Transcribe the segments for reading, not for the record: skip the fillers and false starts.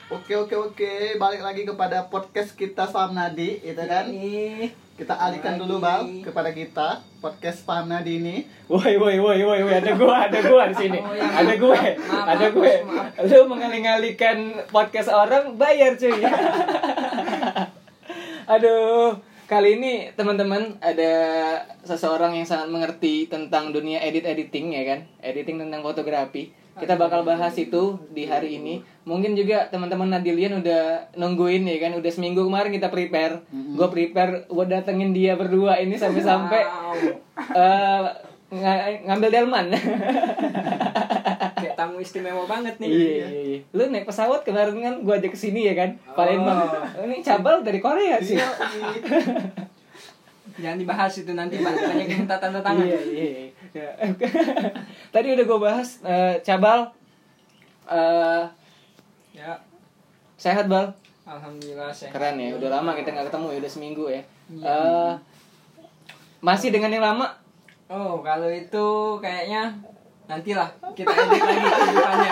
Oke. Balik lagi kepada podcast kita Faham Nadi, itu kan? Kita alihkan dulu Bal kepada kita podcast Faham Nadi ini. Woi, ada gua di sini. Ada gue. Lu mengalih-alihkan podcast orang, bayar cuy. Aduh, kali ini teman-teman ada seseorang yang sangat mengerti tentang dunia editing ya kan? Editing tentang fotografi. Kita bakal bahas itu di hari ini. Mungkin juga teman-teman Nadilian udah nungguin ya kan. Udah seminggu kemarin kita prepare. Gue prepare buat datengin dia berdua ini sampai-sampai ngambil delman. Kayak tamu istimewa banget nih. Iya. Lu naik pesawat kemarin kan gue ajak kesini ya kan. Palembang. Ini cabal dari Korea sih. Jangan dibahas itu, nanti banyak yang minta tanda tangan. Iya. Tadi udah gue bahas cabal. Ya. Sehat Bal? Alhamdulillah sehat. Keren ya, udah lama kita nggak ketemu ya, udah seminggu ya. Iya. Masih dengan yang lama? Oh, kalau itu kayaknya nantilah kita edit lagi kehidupannya.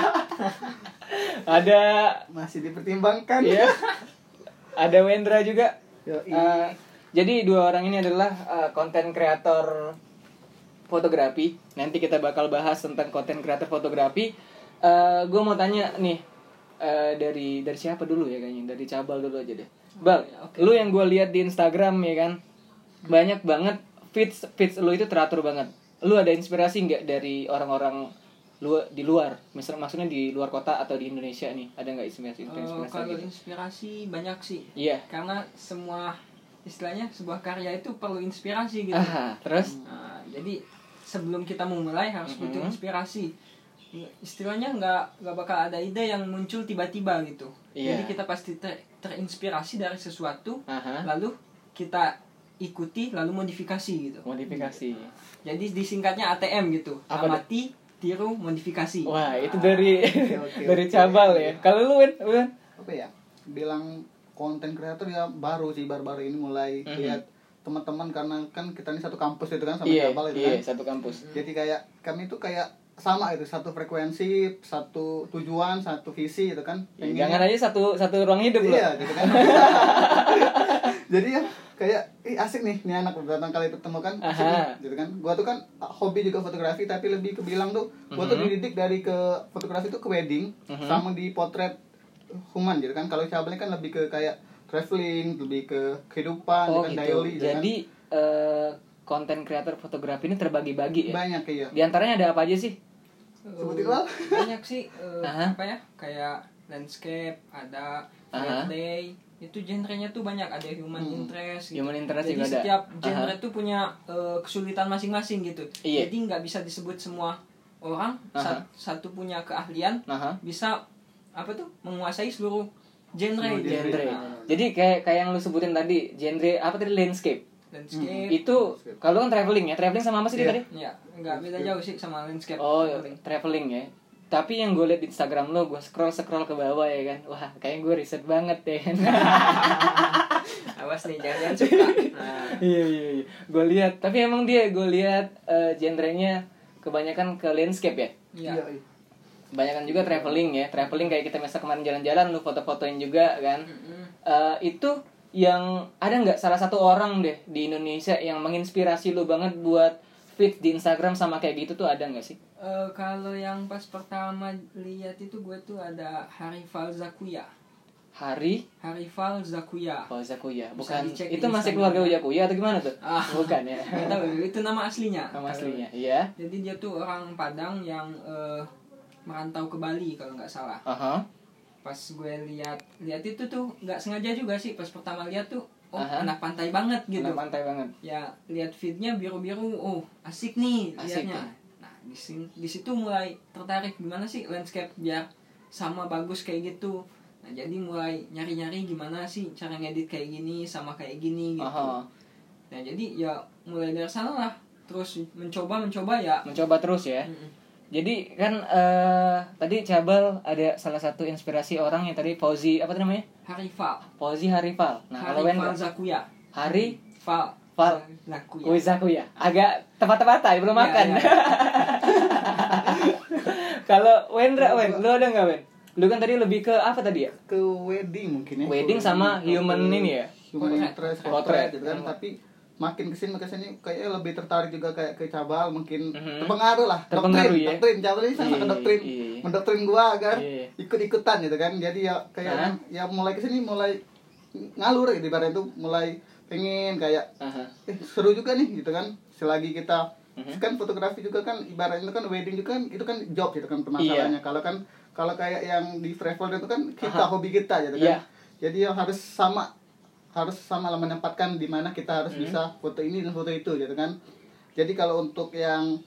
Ada Masih dipertimbangkan. ya. Ada Wendra juga. Yoi. Jadi dua orang ini adalah konten kreator fotografi. Nanti kita bakal bahas tentang konten kreator fotografi. Gue mau tanya nih, dari siapa dulu ya kayaknya? Dari Cabal dulu aja deh. Bal, Okay. lu yang gue lihat di Instagram ya kan, banyak banget feeds lu itu teratur banget. Lu ada inspirasi nggak dari orang-orang di luar? Maksudnya di luar kota atau di Indonesia nih? Ada nggak inspirasi Kalau gitu? inspirasi banyak sih. Iya. Karena semua istilahnya sebuah karya itu perlu inspirasi gitu. Terus? Nah, jadi sebelum kita memulai harus butuh inspirasi. Istilahnya nggak bakal ada ide yang muncul tiba-tiba gitu. Iya. Jadi kita pasti terinspirasi dari sesuatu, Aha. lalu kita ikuti lalu modifikasi gitu. Modifikasi. Jadi disingkatnya ATM gitu. Apa Amati, tiru, modifikasi. Wah, itu dari Oke. dari Cabal ya. Kalau lu Wen? Apa ya? Bilang konten kreator ya baru ini mulai lihat teman-teman, karena kan kita ini satu kampus itu kan sama Cabal itu kan. Iya, satu kampus. Jadi kayak kami itu kayak sama itu, satu frekuensi, satu tujuan, satu visi itu kan. Jangan aja satu ruang hidup loh. Iya gitu kan. Jadi ya kayak asik nih anak datang kali ketemu kan, asik nih, gitu kan. Gua tuh kan hobi juga fotografi, tapi lebih kebilang tuh gua tuh dididik dari ke fotografi tuh ke wedding sama di potret human gitu kan. Kalau Cabelnya kan lebih ke kayak traveling, lebih ke kehidupan, Oh gitu kan, gitu. daily gitu kan. Jadi konten kreator fotografi ini terbagi-bagi ya. Banyak ya. Di antaranya ada apa aja sih? Sebutin Bal. Banyak sih apa ya? Kayak landscape, ada day. Itu genrenya tuh banyak, ada human interest gitu. Human interest Jadi juga ada. setiap genre tuh punya kesulitan masing-masing gitu. Iya. Jadi nggak bisa disebut semua orang satu punya keahlian bisa apa tuh menguasai seluruh genre. Jadi kayak yang lu sebutin tadi, genre apa tadi, landscape. Itu kalau kan traveling sama apa sih dia tadi? Ya, nggak beda jauh sih sama landscape. Oh, traveling ya. Tapi yang gue liat di Instagram lo, gue scroll ke bawah ya kan. Wah, kayaknya gue riset banget ya kan. Awas nih, jangan suka. Nah. Iya. Gue lihat, tapi emang gue lihat genrenya kebanyakan ke landscape ya. Iya. Kebanyakan juga traveling ya. Traveling kayak kita misal kemarin jalan-jalan, lu foto-fotoin juga kan. Itu yang ada nggak salah satu orang deh di Indonesia yang menginspirasi lu banget buat feed di Instagram sama kayak gitu tuh, ada nggak sih? Kalau yang pas pertama lihat itu gue tuh ada Harifal Zakuya. Harifal Zakuya. Oh, Zakuya. Bisa Bukan dicek itu di masih Instagram. keluarga Uyakuya atau gimana tuh? Bukan ya. Nggak tahu, itu nama aslinya. Nama aslinya. Iya. Jadi dia tuh orang Padang yang merantau ke Bali kalau nggak salah. Pas gue lihat itu tuh nggak sengaja juga sih, pas pertama lihat tuh anak pantai banget gitu. Anak pantai banget. Ya lihat feednya biru-biru, asik nih liatnya. Nah di situ mulai tertarik gimana sih landscape biar sama bagus kayak gitu. Nah jadi mulai nyari-nyari gimana sih cara ngedit kayak gini sama kayak gini gitu. Nah jadi ya mulai dari sana lah, terus mencoba ya. Mencoba terus ya. Jadi kan tadi Cabal ada salah satu inspirasi orang yang tadi Fauzi apa namanya? Fauzi Harifal. Nah, kalau Wendra Zakuya. Harifal Zakuya. Zakuya. Agak tepat-tepatan, belum makan. Ya. Kalau Wendra, lu ada nggak Wen? Lu kan tadi lebih ke apa tadi ya? Ke wedding mungkin ya. Wedding sama human ini ya? Human portrait gitu kan. Hmm. Tapi makin kesini kayaknya lebih tertarik juga kayak ke cabal, mungkin terpengaruh lah. Terpengaruh ya? Doktrin cabal ini sama ke doktrin. Iya. Mendoktrin gua agar Iya. ikut-ikutan gitu kan. Jadi ya kayak ya mulai kesini mulai ngalur gitu, ibaratnya itu mulai pengen kayak seru juga nih gitu kan. Selagi kita kan fotografi juga kan ibaratnya itu kan wedding juga kan itu kan job gitu kan permasalahannya. Kalau kayak yang di travel itu kan kita hobi kita gitu kan. Jadi yang harus sama lah menempatkan di mana kita harus bisa foto ini dan foto itu gitu kan. Jadi kalau untuk yang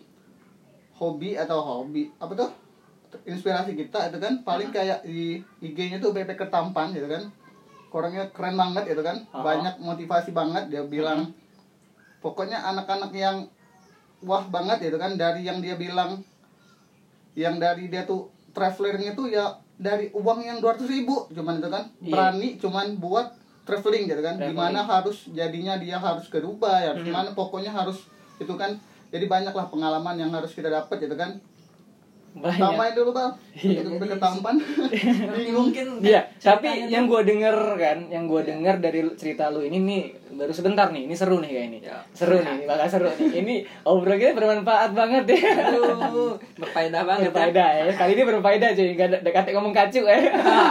hobi apa tuh inspirasi kita itu kan paling kayak di IG-nya tuh backpacker tampan gitu kan. Orangnya keren banget gitu kan. Banyak motivasi banget, dia bilang pokoknya anak-anak yang wah banget gitu kan, dari yang dia bilang yang dari dia tuh travelernya tuh ya dari uang yang 200.000 cuman itu kan berani cuman buat traveling gitu kan, dimana harus jadinya dia harus ke Dubai ya, gimana pokoknya harus itu kan. Jadi banyak lah pengalaman yang harus kita dapat gitu kan. Tamain dulu Bang, untuk ke Tampan. Mungkin iya, tapi yang gue denger denger dari cerita lu ini nih baru sebentar nih, ini seru nih kayak ini. Seru nih, bakal seru nih. Ini obrolannya bermanfaat banget ya. Aduh, berfaedah banget. Berfaedah ya. Kali ini berfaedah cuy, enggak dekat ngomong kacu ya.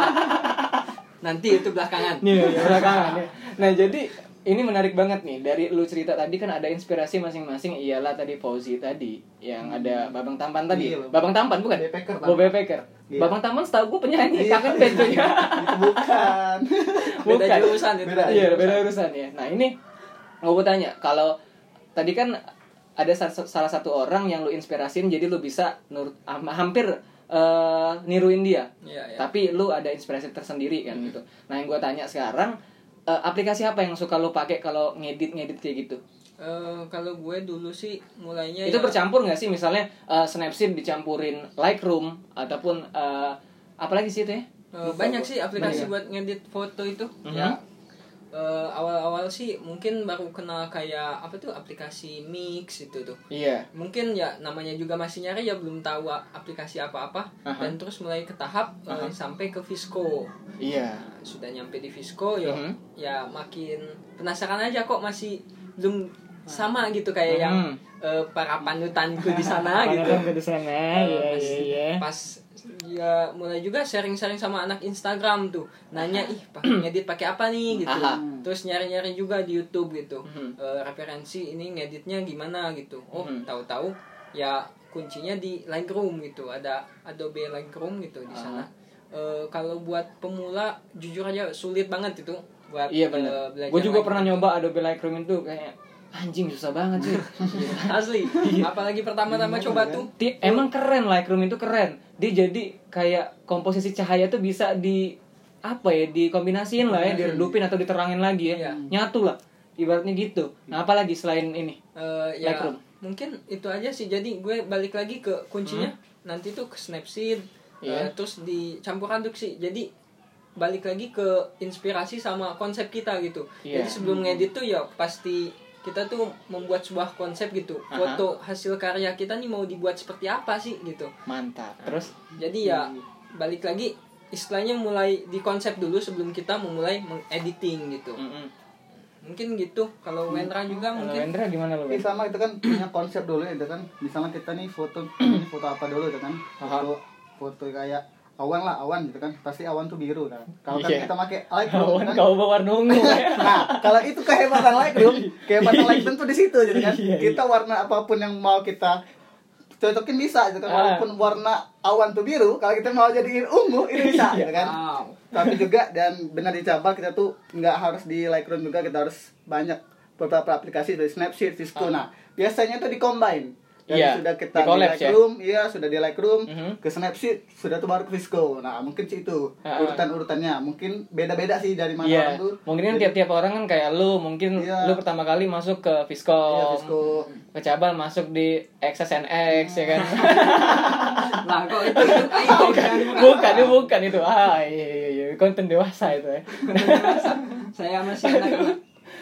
Nanti itu belakangan. Iya, belakangan ya. Nah, jadi ini menarik banget nih. Dari lu cerita tadi kan ada inspirasi masing-masing. Iyalah tadi Fauzi tadi yang ada Babang Tampan tadi. Iya, Babang Tampan bukan? Backpacker. Iya. Babang Tampan setahu gue penyanyi, Iya. kangen band tuh ya. Itu bukan. Beda jurusan itu. Beda urusan ya. Nah, ini mau gue tanya, kalau tadi kan ada salah satu orang yang lu inspirasin jadi lu bisa hampir niruin dia. Tapi lu ada inspirasi tersendiri kan gitu. Nah, yang gue tanya sekarang, aplikasi apa yang suka lu pakai kalau ngedit kayak gitu? Kalau gue dulu sih mulainya itu bercampur nggak sih, misalnya Snapseed dicampurin Lightroom ataupun apalagi sih itu ya? Banyak sih aplikasi buat ngedit foto itu. Awal-awal sih mungkin baru kenal kayak apa tuh aplikasi Mix itu tuh. Iya. Mungkin ya namanya juga masih nyari ya, belum tahu aplikasi apa-apa. Dan terus mulai ke tahap sampai ke Visco. Iya. Nah, sudah nyampe di Visco ya makin penasaran aja kok masih belum sama gitu kayak yang para panutanku di sana gitu. Di sana. Iya. Pas ya mulai juga sharing-sharing sama anak Instagram tuh, nanya ngedit pakai apa nih gitu. Terus nyari-nyari juga di YouTube gitu. Referensi ini ngeditnya gimana gitu. Tahu-tahu ya kuncinya di Lightroom gitu. Ada Adobe Lightroom gitu di sana. Kalau buat pemula jujur aja sulit banget itu buat belajar. Gue juga pernah nyoba Adobe Lightroom itu kayak anjing susah banget sih. Asli. Apalagi pertama-tama coba tuh. Emang keren, Lightroom itu keren. Dia jadi kayak komposisi cahaya tuh bisa dikombinasiin lah ya, diredupin atau diterangin lagi ya. Nyatu lah. Ibaratnya gitu. Nah, apalagi selain ini? Lightroom. Mungkin itu aja sih. Jadi gue balik lagi ke kuncinya. Nanti tuh ke Snapseed. Terus dicampur aduk sih. Jadi balik lagi ke inspirasi sama konsep kita gitu. Jadi sebelum ngedit tuh ya pasti kita tuh membuat sebuah konsep gitu. Foto hasil karya kita nih mau dibuat seperti apa sih gitu. Mantap. Terus jadi ya balik lagi istilahnya mulai di konsep dulu sebelum kita memulai mengediting gitu. Mungkin gitu. Kalau Wendra juga mungkin. Wendra gimana lu? Sama itu kan punya konsep dulu itu kan. Misalnya kita nih foto foto apa dulu itu kan. Foto kayak awan gitu kan, pasti awan tuh biru kan. Kalau kan kita pakai Lightroom kan, kau berwarna ungu. Nah, kalau itu kehebatan Lightroom tuh di situ gitu kan. Kita warna apapun yang mau kita cocokin bisa gitu kan. Walaupun warna awan tuh biru, kalau kita mau jadiin ungu itu bisa gitu kan. Tapi juga dan benar dicapai kita tuh nggak harus di Lightroom juga, kita harus banyak beberapa aplikasi dari Snapseed, Visco. Nah, biasanya tuh di-combine. Jadi sudah kita di Lightroom, sudah di Lightroom, ke Snapseed, sudah tuh baru ke Visco. Nah, mungkin sih itu urutan-urutannya. Mungkin beda-beda sih dari mana orang tuh. Mungkin kan tiap-tiap orang kan kayak lu, mungkin lu pertama kali masuk ke Visco. Ke cabang masuk di XSNX ya kan. Lah kok itu bukan itu. Iya, konten dewasa itu ya. Konten dewasa. Saya masih anak.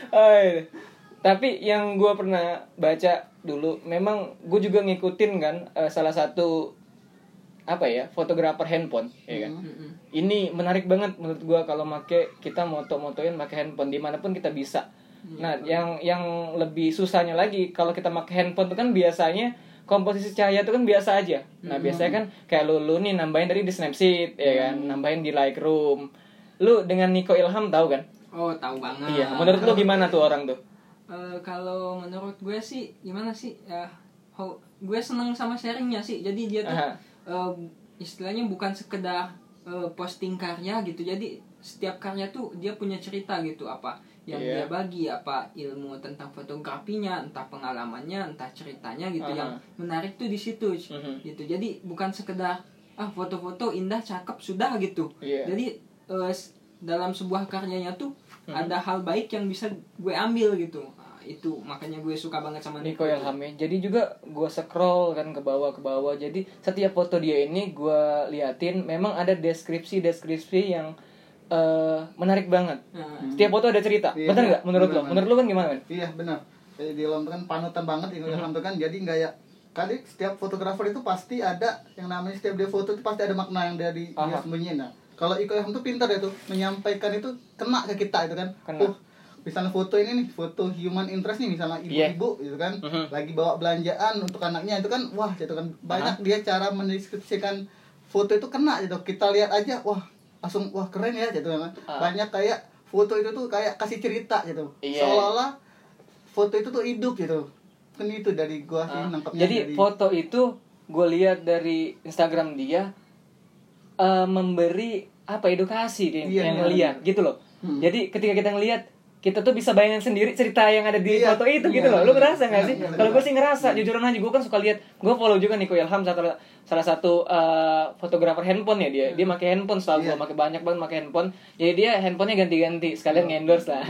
Tapi yang gue pernah baca dulu, memang gue juga ngikutin kan salah satu fotografer handphone, ya kan. Ini menarik banget menurut gua kalau kita motoin pakai handphone dimanapun kita bisa. Nah, yang lebih susahnya lagi kalau kita pakai handphone tuh kan biasanya komposisi cahaya tuh kan biasa aja. Nah, biasanya kan kayak lu nih nambahin tadi di Snapseed, ya kan, nambahin di Lightroom. Lu dengan Nico Ilham tahu kan? Oh, tahu banget. Iya, menurut lu gimana tuh orang tuh? Kalau menurut gue sih gimana sih ya, gue seneng sama sharingnya sih. Jadi dia tuh istilahnya bukan sekedar posting karya gitu. Jadi setiap karya tuh dia punya cerita gitu, apa yang dia bagi, apa ilmu tentang fotografinya, entah pengalamannya, entah ceritanya gitu. Yang menarik tuh di situ gitu. Jadi bukan sekedar foto-foto indah cakep sudah gitu. Jadi dalam sebuah karyanya tuh ada hal baik yang bisa gue ambil gitu. Itu makanya gue suka banget sama Nico Ilham ya. Jadi juga gue scroll kan ke bawah. Jadi setiap foto dia ini gue liatin memang ada deskripsi yang menarik banget. Setiap foto ada cerita. Benar nggak menurut lo? Menurut lo kan gimana, kan? Iya, benar. Jadi di Ilham kan panutan banget Nico Ilham tuh kan. Jadi nggak ya, kali setiap fotografer itu pasti ada yang namanya, setiap dia foto itu pasti ada makna yang dia sembunyiin. Nah, kalau Iko Ilham tuh pintar ya tuh menyampaikan itu, kena ke kita itu kan. Misalnya foto ini nih, foto human interest nih, misalnya ibu-ibu gitu kan, lagi bawa belanjaan untuk anaknya itu kan, wah gitu kan, banyak dia cara mendeskripsikan foto itu kena gitu. Kita lihat aja, langsung keren ya gitu kan. Banyak kayak foto itu tuh kayak kasih cerita gitu. Seolah-olah foto itu tuh hidup gitu. Kan itu dari gua sih nangkepnya. Jadi foto itu gue lihat dari Instagram dia memberi edukasi yang ngeliat gitu loh. Jadi ketika kita ngelihat, kita tuh bisa bayangin sendiri cerita yang ada di foto itu gitu loh. Lu ngerasa nggak sih? Kalau gue sih ngerasa, jujuran aja gue kan suka lihat. Gue follow juga Nico Ilham, salah satu fotografer handphone ya dia pakai handphone selalu, pakai banyak banget pakai handphone. Jadi dia handphonenya ganti-ganti, sekalian endorse lah.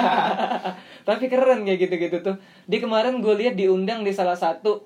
Tapi keren kayak gitu-gitu tuh. Di kemarin gue lihat diundang di salah satu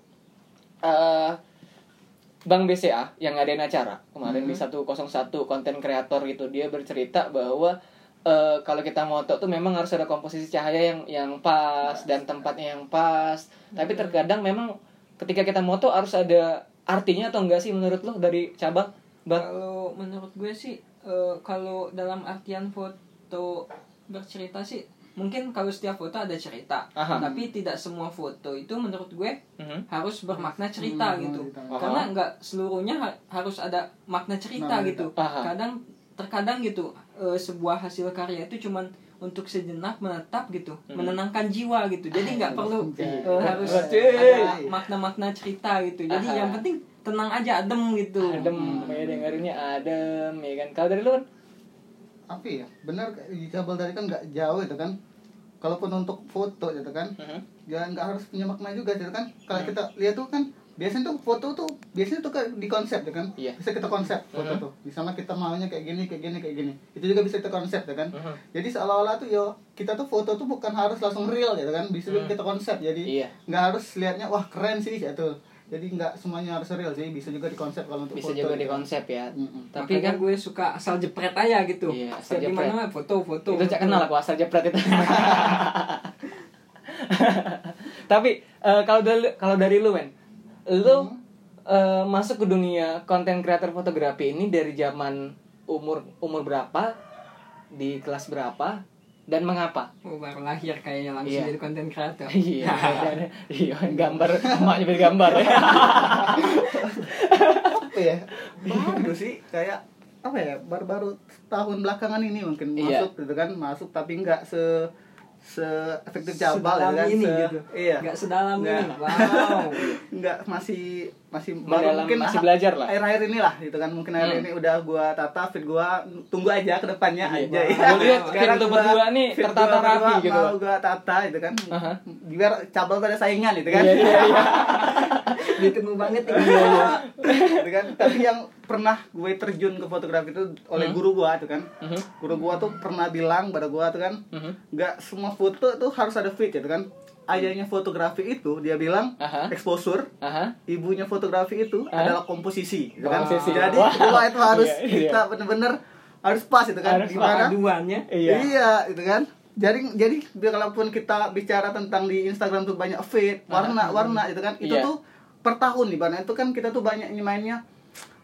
Bank BCA yang ngadain acara kemarin di 101 konten kreator gitu. Dia bercerita bahwa kalau kita moto tuh memang harus ada komposisi cahaya yang pas dan tempatnya yang pas. Tapi terkadang memang ketika kita moto harus ada artinya atau enggak sih menurut lo dari cabang, Bang? Kalau menurut gue sih kalau dalam artian foto bercerita sih, mungkin kalau setiap foto ada cerita, tapi tidak semua foto itu menurut gue harus bermakna cerita gitu. Karena nggak seluruhnya harus ada makna cerita gitu. Terkadang gitu sebuah hasil karya itu cuman untuk sejenak menetap gitu, menenangkan jiwa gitu. Jadi nggak perlu harus ada makna-makna cerita gitu. Jadi yang penting tenang aja, adem gitu. Adem, ya dengerinnya adem, ya kan. Kalau dari lu kan? Apa ya? Benar, di kabel tadi kan nggak jauh itu kan. Kalaupun untuk foto gitu kan, ya nggak harus punya makna juga gitu kan. Kalau kita lihat tuh kan, biasanya tuh foto tuh biasanya tuh di konsep ya kan. Bisa kita konsep foto tuh. Misalnya kita maunya kayak gini. Itu juga bisa kita konsep ya kan. Jadi seolah-olah tuh kita tuh foto tuh bukan harus langsung real gitu kan. Bisa juga kita konsep. Jadi nggak harus lihatnya wah keren sih gitu. Jadi nggak semuanya harus real sih, bisa juga dikonsep kalau untuk bisa foto. Bisa juga gitu dikonsep ya. Tapi kan gue suka asal jepret aja gitu. Iya, asal jepret. Dimana foto. Itu cak kenal aku asal jepret itu. Tapi kalau dari lu, men, lu masuk ke dunia konten kreator fotografi ini dari zaman umur berapa, di kelas berapa, dan mengapa? Baru lahir kayaknya langsung jadi konten kreator. Iya, gambar, emaknya beli gambar ya. Apa ya? Baru sih kayak apa ya? Baru tahun belakangan ini mungkin masuk gitu kan, tapi nggak efektif cabal kan ini gitu. Iya. Nggak sedalam ini. Wow. Nggak masih mungkin masih belajar lah. Air-air inilah gitu kan. Mungkin air ini udah gua tata, feed gua tunggu aja ke depannya aja. Gua lihat sekarang tuh berdua nih tertata rapi gitu. Mau gua tata gitu kan. Biar cabal pada saingan gitu kan. Iya. Ditunggu banget ya. Gitu kan. Tapi yang pernah gue terjun ke fotografi itu oleh guru gua tuh kan. Guru gua tuh pernah bilang pada gua tuh kan, enggak semua foto tuh harus ada feed gitu kan. Ayahnya fotografi itu dia bilang exposure, ibunya fotografi itu adalah komposisi gitu kan. Jadi dua itu harus kita benar-benar harus pas itu kan. Gimana paduannya? Iya, itu kan. Jadi kalaupun kita bicara tentang di Instagram tuh banyak feed, warna itu kan. Itu tuh per tahun nih, Bang. Itu kan kita tuh banyak mainnya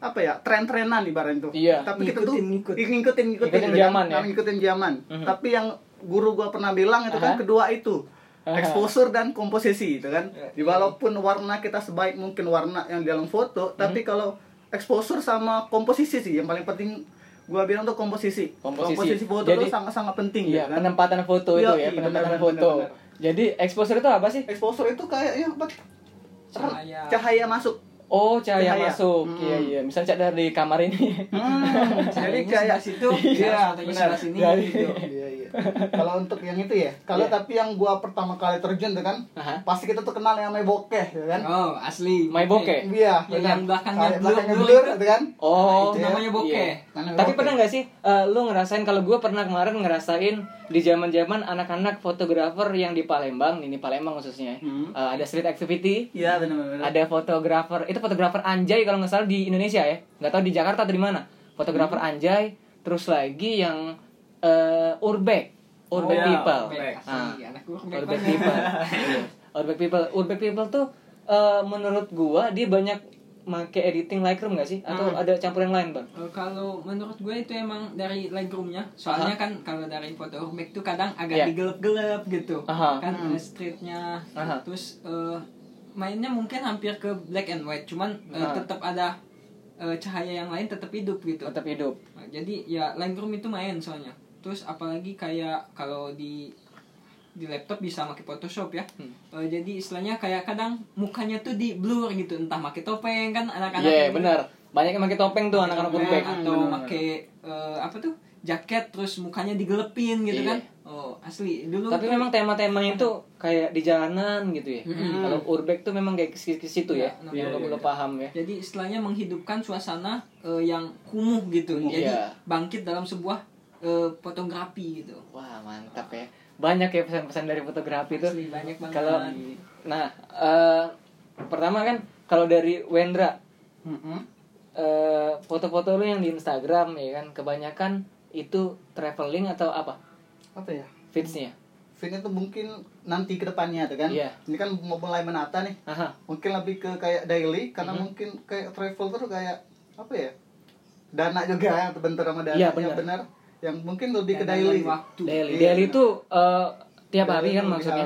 apa ya, tren-trenan ibaratnya tuh. Iya. Tapi kita tuh ngikutin Ngikutin zaman ya. Ngikutin zaman. Tapi yang guru gua pernah bilang itu kan kedua itu. Exposure dan komposisi itu kan. Walaupun warna kita sebaik mungkin warna yang di dalam foto, tapi kalau exposure sama komposisi sih yang paling penting. Gua bilang tuh komposisi foto itu sangat-sangat penting. Iya, kan? penempatan foto itu ya, penempatan foto. Jadi exposure itu apa sih? Exposure itu kayaknya apa? Cahaya masuk. Oh, cahaya masuk. Iya. Misalnya dari kamar ini. Jadi kayak situ, iya, benar. Sini gitu. Iya. Kalau untuk yang itu ya, kalau tapi yang gua pertama kali terjun tuh kan, pasti kita tuh kenal yang main bokeh, ya kan? Oh, asli. Main bokeh. Iya, yang belakangnya blur gitu kan? Oh, itu namanya bokeh. Tapi pernah nggak sih lu ngerasain, kalau gua pernah kemarin ngerasain di zaman-zaman anak-anak fotografer yang di Palembang, ini Palembang khususnya. Ada street activity. Iya, benar. Ada fotografer, itu fotografer Anjay kalau nggak salah di Indonesia ya. Nggak tahu di Jakarta atau di mana. Fotografer Anjay, terus lagi yang Urbex people. Urbex people tuh menurut gua dia banyak make editing Lightroom nggak sih? Atau ada campur yang lain, Bang? Kalau menurut gue itu emang dari Lightroom-nya. Soalnya kan kalau dari foto Urbex tuh kadang agak digelap-gelap gitu. Kan streetnya. Terus mainnya mungkin hampir ke black and white, cuman tetap ada cahaya yang lain tetap hidup gitu. Tetap hidup. Nah, jadi ya Lightroom itu main soalnya. Terus apalagi kayak kalau di laptop bisa pakai Photoshop ya. Jadi istilahnya kayak kadang mukanya tuh di blur gitu, entah pakai topeng kan anak-anak. Iya, benar. Banyak yang pakai topeng tuh anak-anak Urbex. Atau pakai apa tuh? Jaket terus mukanya digelepin gitu kan. Oh, asli dulu. Tapi memang tema-temanya itu kayak di jalanan gitu ya. Kalau Urbex tuh memang kayak ke situ ya. Lo paham ya. Jadi istilahnya menghidupkan suasana yang kumuh gitu. Jadi bangkit dalam sebuah fotografi gitu. Wah, mantap ya. Banyak ya pesan-pesan dari fotografi itu. Banyak banget. Kalau pertama kan kalau dari Wendra, foto-foto lu yang di Instagram ya kan kebanyakan itu traveling atau apa? Apa ya? Feeds-nya. Feed-nya tuh mungkin nanti ke depannya tuh kan. Iya. Ini kan mau mulai menata nih. Mungkin lebih ke kayak daily karena mungkin kayak travel tuh kayak apa ya? Dana juga bentar sama dana. Iya, benar. Yang mungkin lebih ke daily. Daily itu tiap hari kan maksudnya.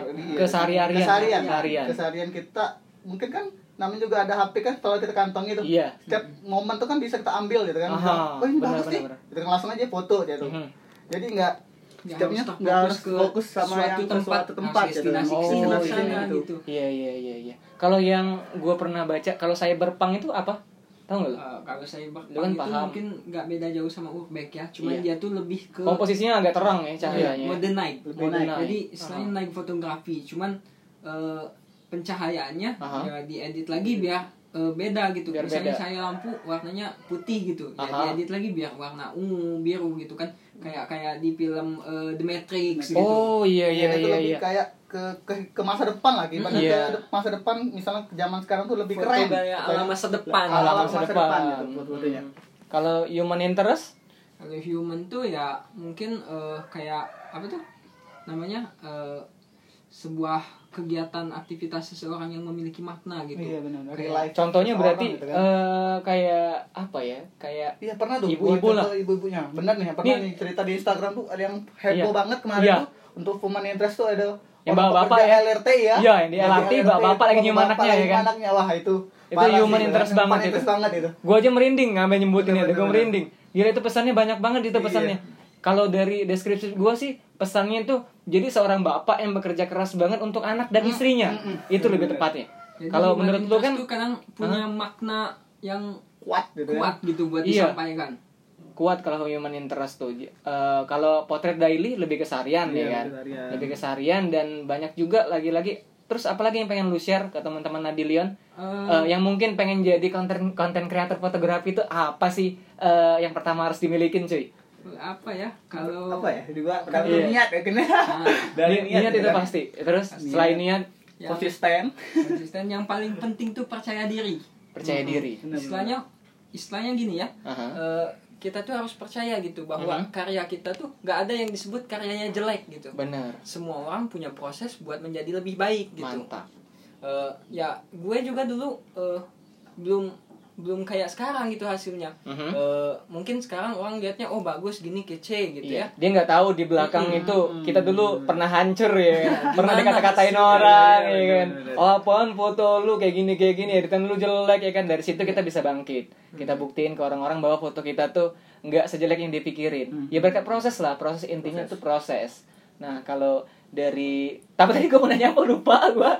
Keseharian kita mungkin kan namanya juga ada HP kan kalau kita kantong itu. Iya. Setiap momen tuh kan bisa kita ambil gitu kan. Oh ini bagus nih. Kita kan langsung aja foto gitu. Jadi setiapnya nggak harus fokus sama yang suatu tempat gitu. Gitu. Iya. Kalau yang gue pernah baca, kalau Cyberpunk itu apa? Tahu nggak lo? Kalau Cyberpunk kan itu mungkin nggak beda jauh sama Urbex ya. Cuman dia tuh lebih ke komposisinya agak terang ya cahayanya. Modern night. Jadi istilahnya night fotografi. Cuman pencahayaannya ya diedit lagi biar beda gitu. Misalnya saya lampu warnanya putih gitu, ya diedit lagi biar warna ungu, biru gitu kan. Kayak di film The Matrix gitu. Oh iya. Itu lebih kayak ke masa depan lagi. Ke masa depan misalnya ke zaman sekarang tuh lebih keren. Ala masa depan. Ala masa depan gitu fotonya. Kalau human interest? Kalau human tuh ya mungkin kayak apa tuh namanya sebuah kegiatan aktivitas seseorang yang memiliki makna gitu. Iya benar. Contohnya berarti gitu kan? Kayak apa ya? Kayak iya pernah tuh ibu-ibu lah. Ibu-ibunya. Benar nih, pernah nih cerita di Instagram tuh ada yang heboh banget kemarin tuh untuk human interest tuh ada yang bapak-bapak ya. LRT ya. Iya, yang di LRT bapak-bapak lagi nyium anaknya ya kan. Anaknya wah itu human interest banget itu. Gua aja merinding ngambil nyebutin itu, gua merinding. Gila itu pesannya banyak banget itu pesannya. Kalau dari deskripsi gue sih pesannya itu jadi seorang bapak yang bekerja keras banget untuk anak dan istrinya. Itu lebih tepatnya. Kalau menurut lu kan kadang punya makna yang kuat gitu buat disampaikan. Kuat kalau human interest tuh. Kalau potret daily lebih keseharian ya kan. Lebih keseharian dan banyak juga lagi-lagi. Terus apalagi yang pengen lu share ke teman-teman Nadilion yang mungkin pengen jadi konten kreator fotografi itu apa sih yang pertama harus dimilikin cuy? Apa ya kalau juga dari niat ya kena dari niat itu pasti. Terus selain niat konsisten yang paling penting tuh percaya diri. Istilahnya gini ya. Kita tuh harus percaya gitu bahwa karya kita tuh nggak ada yang disebut karyanya jelek gitu. Benar. Semua orang punya proses buat menjadi lebih baik gitu. Mantap. Ya gue juga dulu belum belum kayak sekarang gitu hasilnya. Mungkin sekarang orang lihatnya oh bagus gini kece gitu ya. Dia nggak tahu di belakang itu kita dulu pernah hancur ya, pernah dikata-katain orang ya kan. Oh apaan foto lu kayak gini editan lu jelek ya kan. Dari situ kita bisa bangkit. Kita buktiin ke orang-orang bahwa foto kita tuh nggak sejelek yang dipikirin. Ya berkat proses lah, proses intinya tuh proses. Nah kalau dari tapi tadi gue mau nanya apa lupa gue.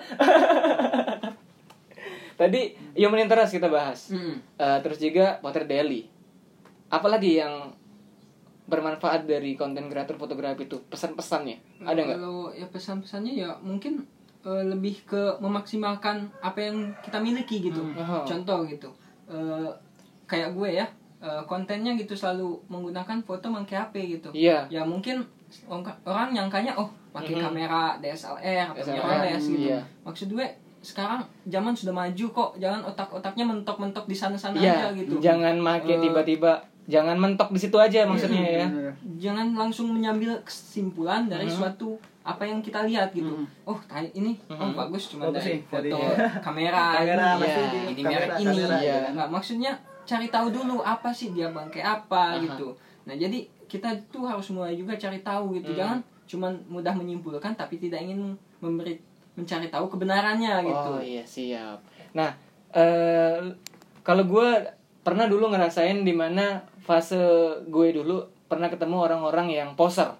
Tadi human interest kita bahas. Terus juga potret daily. Apalagi yang bermanfaat dari konten kreator fotografi itu? Pesan-pesannya ada nggak? Kalau ya pesan-pesannya ya mungkin lebih ke memaksimalkan apa yang kita miliki gitu. Contoh gitu. Kayak gue ya, kontennya gitu selalu menggunakan foto pakai HP gitu. Iya. Ya mungkin orang nyangkanya oh pakai kamera DSLR atau mirrorless gitu. Maksud gue sekarang zaman sudah maju kok, jangan otak-otaknya mentok-mentok di sana-sana aja gitu. Jangan make tiba-tiba, jangan mentok di situ aja maksudnya ya. Jangan langsung mengambil kesimpulan dari suatu apa yang kita lihat gitu. Oh, ini bagus cuma dari foto kamera ini merek ini. Nggak, maksudnya cari tahu dulu apa sih dia bangkai apa gitu. Nah, jadi kita tuh harus mulai juga cari tahu gitu. Jangan cuma mudah menyimpulkan tapi tidak ingin mencari tahu kebenarannya gitu. Oh iya siap. Nah kalau gue pernah dulu ngerasain di mana fase gue dulu pernah ketemu orang-orang yang poser.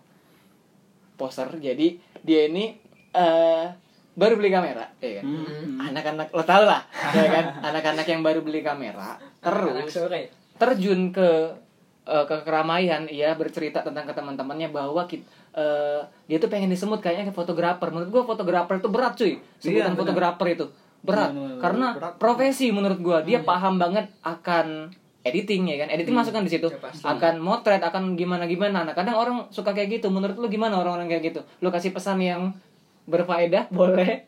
Jadi dia ini baru beli kamera, ya kan? Anak-anak lo tau lah, ya kan? Anak-anak yang baru beli kamera terus terjun ke keramaian, ya bercerita tentang ke teman-temannya bahwa dia tuh pengen disebut kayaknya fotografer. Menurut gue fotografer itu berat cuy, sebutan fotografer itu berat karena profesi menurut gue dia paham banget akan editing ya kan, editing masukkan di situ, akan motret, akan gimana. Nah kadang orang suka kayak gitu. Menurut lu gimana orang-orang kayak gitu? Lu kasih pesan yang berfaedah boleh.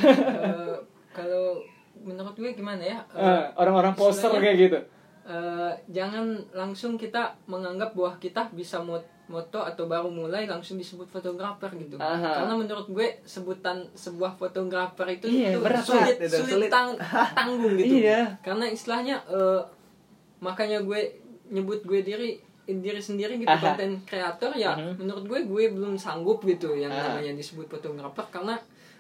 Kalau menurut gue gimana ya? Orang-orang poser kayak gitu. Jangan langsung kita menganggap bahwa kita bisa moto atau baru mulai langsung disebut fotografer gitu. Karena menurut gue sebutan sebuah fotografer itu sulit tanggung gitu. Karena istilahnya makanya gue nyebut gue diri sendiri gitu konten kreator ya. Menurut gue belum sanggup gitu yang namanya disebut fotografer karena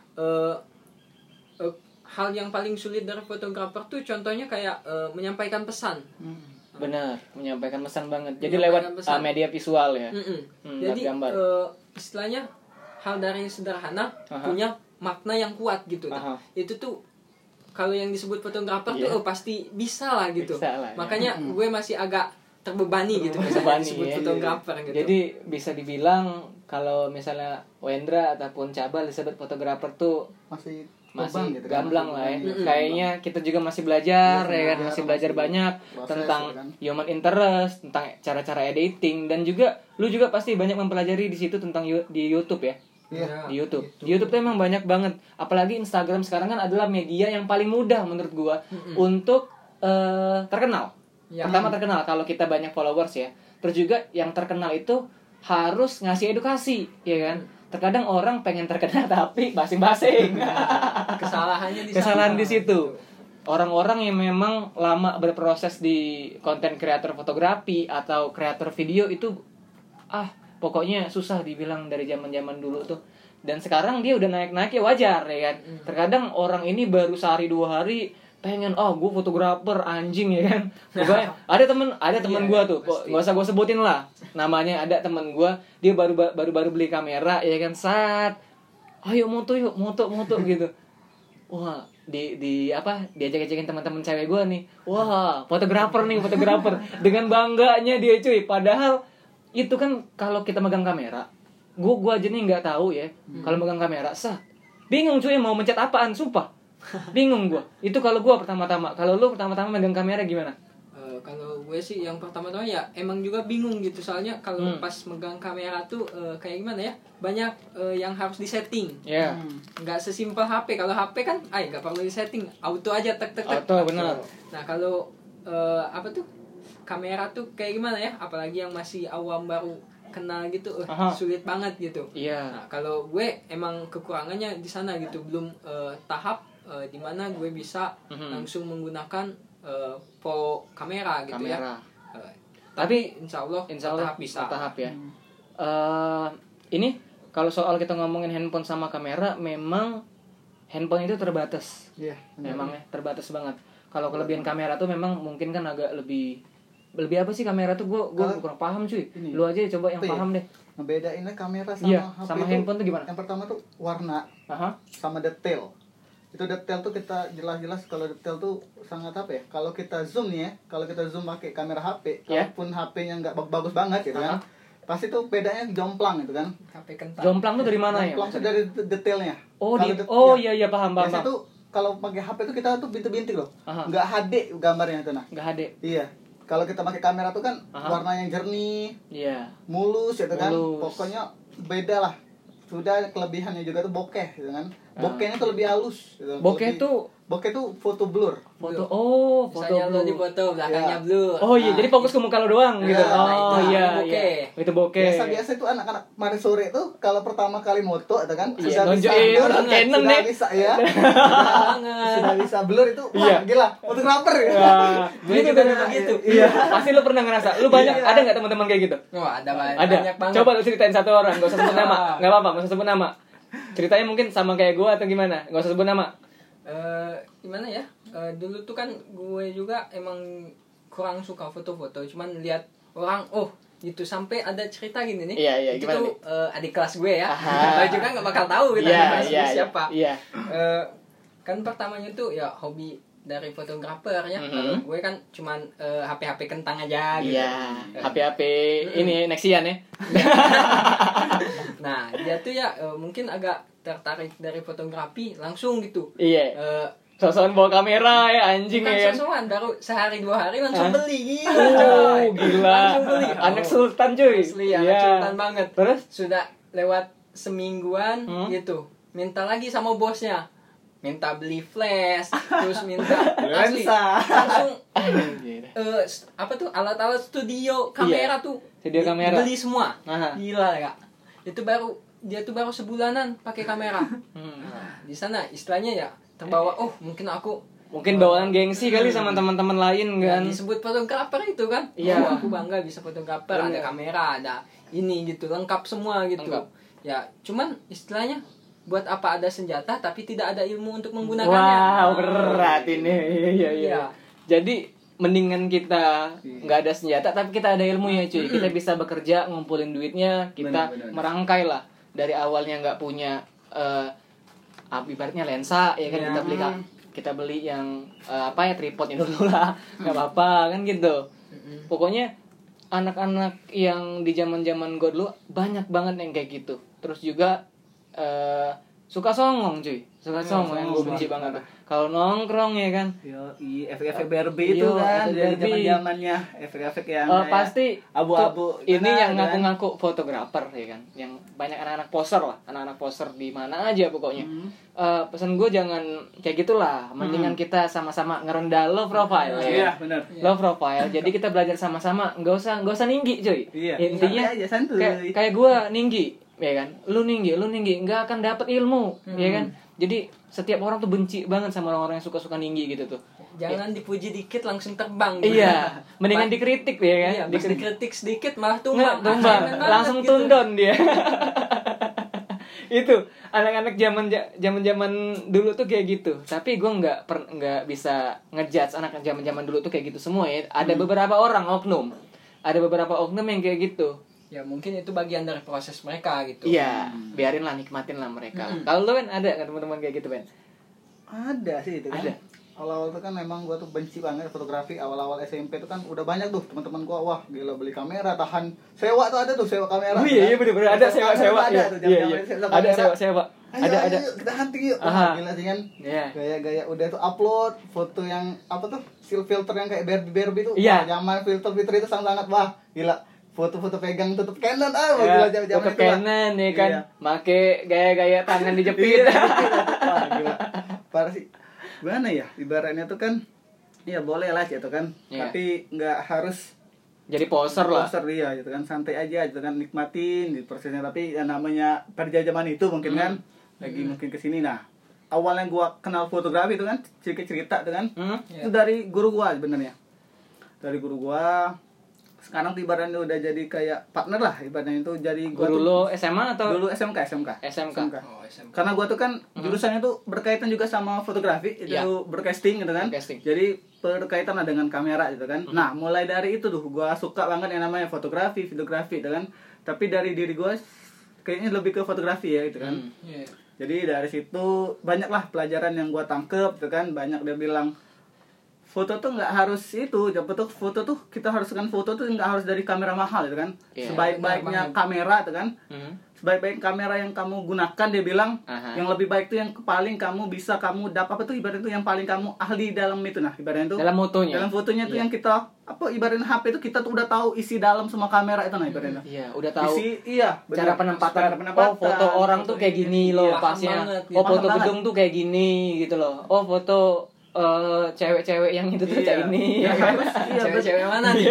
hal yang paling sulit dari fotografer tuh contohnya kayak menyampaikan pesan. Benar, menyampaikan pesan banget. Jadi lewat media visual ya. Jadi istilahnya hal dari sederhana punya makna yang kuat gitu. Itu tuh kalau yang disebut fotografer tuh pasti bisa lah gitu. Makanya gue masih agak terbebani gitu disebut fotografer gitu. Jadi bisa dibilang kalau misalnya Wendra ataupun Cabal disebut fotografer tuh masih gitu, gamblang lah ya. Kayaknya kita juga masih belajar ya kan, masih belajar banyak tentang human interest, tentang cara-cara editing, dan juga lu juga pasti banyak mempelajari di situ tentang di YouTube ya. Di YouTube tuh emang banyak banget. Apalagi Instagram sekarang kan adalah media yang paling mudah menurut gua untuk terkenal. Pertama terkenal kalau kita banyak followers ya. Terus juga yang terkenal itu harus ngasih edukasi, ya kan? Terkadang orang pengen terkenal tapi basing-basing. Kesalahan di situ. Orang-orang yang memang lama berproses di konten kreator fotografi atau kreator video itu pokoknya susah dibilang dari zaman-zaman dulu tuh. Dan sekarang dia udah naik-naik ya wajar ya kan. Terkadang orang ini baru sehari 2 hari pengen gue fotografer anjing ya kan. Pokoknya ada teman gue tuh, nggak usah gue sebutin lah namanya. Ada teman gue, dia baru beli kamera ya kan, ayo moto gitu. Wah, diajak-ajakin teman-teman cewek gue nih, wah fotografer dengan bangganya dia cuy. Padahal itu kan kalau kita megang kamera, gue aja nih nggak tahu ya kalau megang kamera bingung cuy mau mencet apaan, sumpah bingung gue. Itu kalau gue pertama-tama. Kalau lu pertama-tama megang kamera gimana? Kalau gue sih yang pertama-tama ya emang juga bingung gitu. Soalnya kalau pas megang kamera tuh kayak gimana ya, banyak yang harus disetting. Nggak sesimpel HP. Kalau HP kan nggak perlu disetting, auto aja tek. Auto benar. Nah kalau kamera tuh kayak gimana ya, apalagi yang masih awam baru kenal gitu, sulit banget gitu. Nah kalau gue emang kekurangannya di sana gitu, belum tahap dimana gue bisa langsung menggunakan pro kamera gitu kamera. ya. Tapi insya Allah bertahap bisa. Bertahap ya. Ini kalau soal kita ngomongin handphone sama kamera, memang handphone itu terbatas. Iya. Memang ya terbatas banget. Kalau kelebihan kamera tuh memang mungkin kan agak lebih apa sih kamera tuh? Gue kurang paham cuy. Ini. Lu aja coba yang paham deh. Ngebedainnya kamera sama Iya, HP sama itu, handphone tuh gimana? Yang pertama tuh warna sama detail. Itu detail tuh kita jelas-jelas, kalau detail tuh sangat apa ya? Kalau kita zoom nih ya, kalau kita zoom pakai kamera HP, kalaupun HP-nya nggak bagus banget gitu kan, pasti tuh bedanya jomplang gitu kan. HP kentang. Jomplang tuh dari mana ya? Jomplang tuh dari detailnya. Iya paham. Biasanya tuh kalau pakai HP tuh kita tuh bintik-bintik loh. Nggak HD gambarnya tuh nah. Nggak HD. Iya. Kalau kita pakai kamera tuh kan warna yang jernih, mulus gitu kan. Pokoknya beda lah. Sudah kelebihannya juga tuh bokeh gitu kan. Bokehnya tuh lebih halus gitu. Bokeh tuh foto blur. Foto misalnya blur. lo di foto belakangnya blur. Oh iya, jadi fokus ke muka lo doang gitu. Oh iya. Itu bokeh. Biasa itu anak-anak kemarin sore tuh kalau pertama kali moto itu kan sudah bisa ya. Sudah bisa blur itu. Wah, gila, fotografer ya. Gue juga memang gitu. Iya, pasti lo pernah ngerasa. Lo banyak ada enggak teman-teman kayak gitu? Oh, ada banyak banget. Coba lo ceritain satu orang, enggak usah sebut nama. Enggak apa-apa, enggak usah sebut nama. Ceritanya mungkin sama kayak gue atau gimana? Enggak usah sebut nama. Gimana ya? Dulu tuh kan gue juga emang kurang suka foto-foto, cuman lihat orang gitu, sampai ada cerita gini nih. Iya, itu gimana tuh adik kelas gue ya. Tahu juga nggak bakal tahu gitu siapa. Iya. Kan pertamanya tuh ya hobi dari fotografer ya. Kalau gue kan cuman HP kentang aja gitu. Iya, HP ini Nexian ya. Nah, dia tuh ya mungkin agak tertarik dari fotografi langsung gitu. Iya. Sosokan bawa kamera ya anjing bukan ya. Sosokan, baru sehari 2 hari langsung beli gitu coy. Gila. Langsung beli. Anak sultan cuy. Asli anak sultan banget. Terus sudah lewat semingguan gitu. Minta lagi sama bosnya. Minta beli flash, terus minta asli langsung apa tuh alat-alat studio kamera tuh. Studio kamera. Beli semua. Gila ya. Dia tuh baru sebulanan pakai kamera. Nah, di sana istilahnya ya terbawa mungkin bawaan gengsi kali sama teman-teman lain kan. Disebut fotografer itu kan. Iya. Aku bangga bisa fotografer, ada kamera, ada ini gitu, lengkap semua gitu. Lengkap. Ya, cuman istilahnya buat apa ada senjata tapi tidak ada ilmu untuk menggunakannya. Wow, berat ini. Iya. Jadi mendingan kita nggak ada senjata tapi kita ada ilmu ya cuy. Kita bisa bekerja, ngumpulin duitnya, kita merangkai lah. Dari awalnya nggak punya ibaratnya lensa ya kan, kita beli yang tripodnya dulu lah, nggak apa-apa kan gitu. Pokoknya anak-anak yang di zaman-zaman gue dulu banyak banget yang kayak gitu. Terus juga suka songong cuy, yang gue benci banget. Kalau nongkrong ya kan, efek-efek Barbie itu kan dari zaman-zamannya, efek-efek yang pasti abu-abu. Ini yang ngaku-ngaku fotografer ya kan, yang banyak anak-anak poser di mana aja pokoknya. Pesan gue jangan kayak gitulah, mendingan kita sama-sama ngerendah low profile. Iya, benar. Low profile, jadi kita belajar sama-sama, nggak usah ninggi cuy. Intinya kayak gue ninggi. Ya kan, lu ninggi, nggak akan dapat ilmu, ya kan. Jadi setiap orang tuh benci banget sama orang-orang yang suka ninggi gitu tuh. Jangan dipuji dikit langsung terbang. Gitu. Iya, mendingan dikritik ya kan. Iya, dikritik sedikit malah tumbang. Langsung gitu. Tundon dia. Itu anak-anak zaman dulu tuh kayak gitu. Tapi gue nggak bisa ngejudge anak zaman dulu tuh kayak gitu semua ya. Ada beberapa orang oknum yang kayak gitu. Ya mungkin itu bagian dari proses mereka gitu. Iya, biarin lah, nikmatin lah mereka. Kalau lo kan ada kan teman-teman kayak gitu Ben? Ada sih itu kan. Ada. Awal-awal itu kan memang gua tuh benci banget fotografi. Awal-awal SMP itu kan udah banyak tuh teman-teman gua, wah gila beli kamera, tahan sewa tuh, ada tuh sewa kamera. Oh iya bener-bener ada sewa. Ada tuh ada sewa. Ada. Kita hunting yuk. Wah, gila sih kan. Gaya-gaya udah tuh upload foto yang apa tuh? Filter yang kayak Barbie tuh. Iya. Zaman filter itu sangat wah, gila. Foto-foto pegang tutup Canon gila tutup Canon ya kan, make gaya-gaya tangan dijepit. Wah gila, parah sih. Gimana ya, ibaratnya tuh kan ya boleh lah gitu kan, tapi nggak harus jadi poser lah. Iya gitu kan, santai aja gitu kan, nikmatin di prosesnya. Tapi yang namanya pada zaman itu mungkin kan lagi mungkin kesini, nah awalnya gue kenal fotografi itu kan cerita tuh kan, itu Iya. dari guru gue sebenarnya. Dari guru gue. Sekarang tuh ibaratnya udah jadi kayak partner lah, ibaratnya itu jadi gua Guru tuh lo SMA atau dulu SMK. Oh, SMP. Karena gua tuh kan jurusannya tuh berkaitan juga sama fotografi, itu Iya. broadcasting gitu kan. Broadcasting. Jadi berkaitan lah dengan kamera gitu kan. Nah, mulai dari itu tuh gua suka banget yang namanya fotografi gitu kan. Tapi dari diri gua kayaknya lebih ke fotografi ya gitu kan. Iya. Jadi dari situ banyaklah pelajaran yang gua tangkep gitu kan. Banyak dia bilang foto tuh nggak harus itu, foto tuh kita harus kan foto tuh nggak harus dari kamera mahal gitu kan. Iya. Sebaik-baiknya Benar kamera tuh kan. Hmm. Sebaik-baik kamera yang kamu gunakan dia bilang, Aha. yang lebih baik tuh yang paling kamu bisa kamu dapat apa tuh ibaratnya tuh yang paling kamu ahli dalam itu nah ibaratnya tuh. Dalam fotonya. Dalam fotonya tuh Iya. yang kita apa ibaratnya HP itu kita tuh udah tahu isi dalam semua kamera itu nah ibaratnya. Iya, udah tahu Iya, cara benar. penempatan. Cara penempatan. Oh, foto orang tuh kayak gini loh Iya, paham pasnya. banget, Oh, gitu. foto Paham gedung tuh kayak gini gitu loh. Oh, foto cewek-cewek yang itu tuh Iya. kayak ini. Ya, harus, iya, Cewek-cewek mana nih?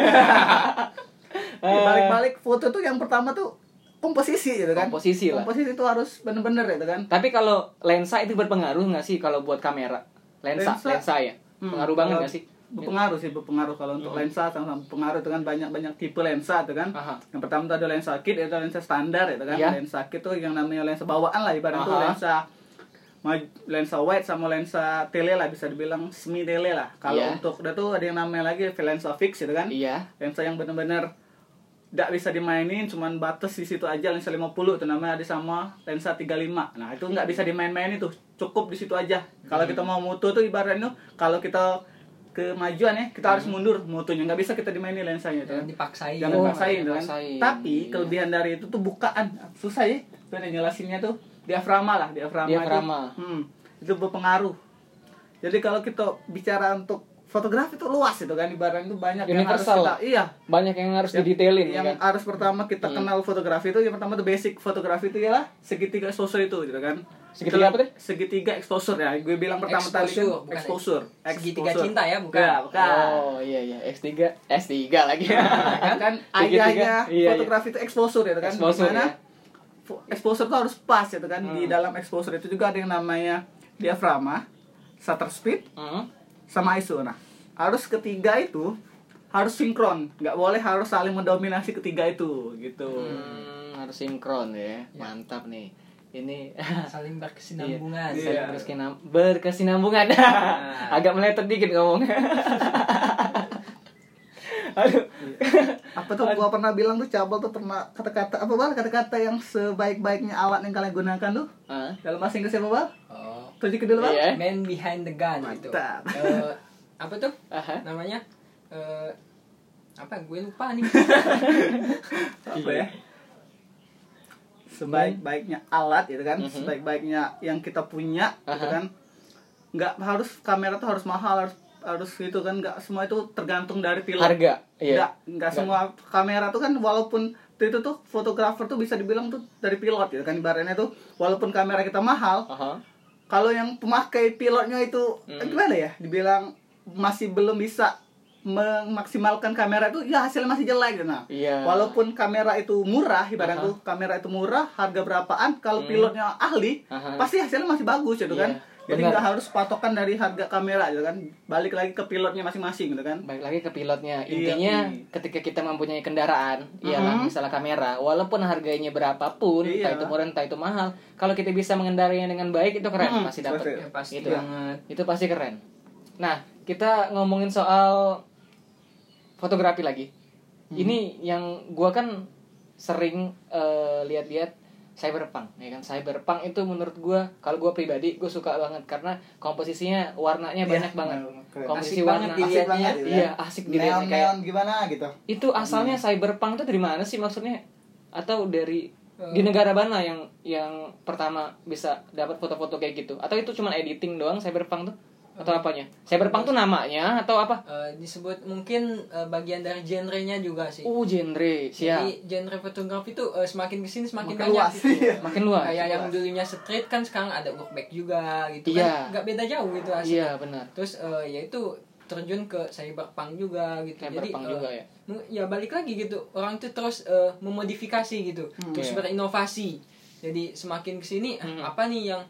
Di balik-balik foto tuh yang pertama tuh komposisi gitu kan. Komposisi lah. Komposisi itu harus bener-bener gitu kan. Tapi kalau lensa itu berpengaruh nggak sih kalau buat kamera? Lensa ya. Pengaruh banget kalau- nggak sih? berpengaruh kalau untuk lensa sama pengaruh itu kan banyak tipe lensa itu kan. Aha. Yang pertama itu ada lensa kit, itu lensa standar itu kan. Iya. Lensa kit tuh yang namanya lensa bawaan lah ibaratnya itu Aha. lensa wide sama lensa tele lah bisa dibilang semi tele lah. Kalau Iya. untuk udah tuh ada yang namanya lagi lensa fix itu kan. Iya. Lensa yang benar-benar tidak bisa dimainin, cuman batas di situ aja lensa 50 itu namanya ada sama lensa 35. Nah, itu nggak bisa dimain-mainin tuh. Cukup di situ aja. Kalau kita mau moto tuh ibaratnya kalau kita kemajuan ya, kita harus mundur motonya. Nggak bisa kita dimainin lensanya itu kan. Jangan dipaksain. Jangan Oh, dipaksain tuh kan. dipaksain. Tapi Iya. kelebihan dari itu tuh bukaan. Susah ya. Sebenarnya jelasinnya tuh diaframa lah, diaframa. Diaframa. Itu berpengaruh. Jadi kalau kita bicara untuk fotografi itu luas itu kan ibaratnya itu banyak yang harus Universal. kita Banyak yang harus didetailin ya yang kan. harus pertama kita kenal fotografi itu yang pertama tuh basic fotografi itu ialah segitiga exposure itu gitu kan. Segitiga apa tuh? Segitiga exposure ya. Gue bilang pertama tadi Exposure, kan bukan exposure. segitiga Exposure. cinta ya, bukan? Ya, bukan. Oh, iya S3 lagi. Kan Segitiga, ayahnya iya. fotografi itu exposure ya kan. Exposure, Dimana ya. exposure itu harus pas ya kan. Di dalam exposure itu juga ada yang namanya diafragma, shutter speed, Hmm. sama ISO. Nah, harus ketiga itu harus sinkron, nggak boleh harus saling mendominasi ketiga itu gitu. Harus sinkron ya. Mantap nih. Ini Saling berkesinambungan. Iya. saling berkesinambungan. Agak meletot dikit ngomongnya. Aduh. Apa tuh gua pernah bilang tuh Cabal tuh pernah kata-kata yang sebaik-baiknya alat yang kalian gunakan tuh Hah? dalam bahasa Inggris apa Bal? Oh. Tunjukin dulu Bal. Iya. Man behind the gun gitu. Mantap. Apa tuh? Aha. Namanya apa? Gue lupa nih. Apa ya? Sebaik-baiknya alat gitu kan, sebaik-baiknya yang kita punya gitu kan. Nggak harus kamera tuh harus mahal, harus itu kan, nggak semua itu tergantung dari pilot. Harga. Iya. Nggak semua kamera tuh kan walaupun itu tuh fotografer tuh bisa dibilang tuh dari pilot gitu kan ibaratnya tuh walaupun kamera kita mahal, Aha. kalau yang pemakai pilotnya itu gimana ya dibilang masih belum bisa memaksimalkan kamera itu ya hasilnya masih jelek gitu. Nah, Iya. walaupun kamera itu murah ibarat tuh kamera itu murah harga berapaan kalau pilotnya ahli pasti hasilnya masih bagus gitu kan. Iya. Jadi Benar. nggak harus patokan dari harga kamera gitu kan, balik lagi ke pilotnya masing-masing gitu kan. Balik lagi ke pilotnya. Iya, Intinya iya. ketika kita mempunyai kendaraan, ialah misalnya kamera, walaupun harganya berapapun, Iya. entah itu murah entah itu mahal, kalau kita bisa mengendarinya dengan baik itu keren, pasti dapat. pasti. Ya, pasti Itu. banget. Itu pasti keren. Nah, kita ngomongin soal fotografi lagi. Ini yang gua kan sering lihat-lihat cyberpunk, ya kan? Cyberpunk itu menurut gua, kalau gua pribadi, gua suka banget karena komposisinya warnanya banyak banget. keren. Komposisi Asik banget warna dilihatnya. Asik banget gitu Iya, kan. asik dilihatnya kayak. Neon gimana gitu. Itu asalnya cyberpunk itu dari mana sih maksudnya? Atau dari di negara mana yang pertama bisa dapat foto-foto kayak gitu? Atau itu cuma editing doang cyberpunk tuh? Atau apanya? Cyberpunk tuh namanya atau apa? Disebut mungkin bagian dari genrenya juga sih. Genre, siap. Jadi genre fotografi tuh semakin kesini semakin Makin banyak luas, gitu. iya. Makin luas. Kayak yang dulunya street kan sekarang ada work back juga gitu Iya. kan. Nggak beda jauh gitu asli. Iya, benar. Terus ya itu terjun ke cyberpunk juga gitu. Cyberpunk juga ya. Ya balik lagi gitu. Orang itu terus memodifikasi gitu. Terus Iya. berinovasi. Jadi semakin kesini apa nih yang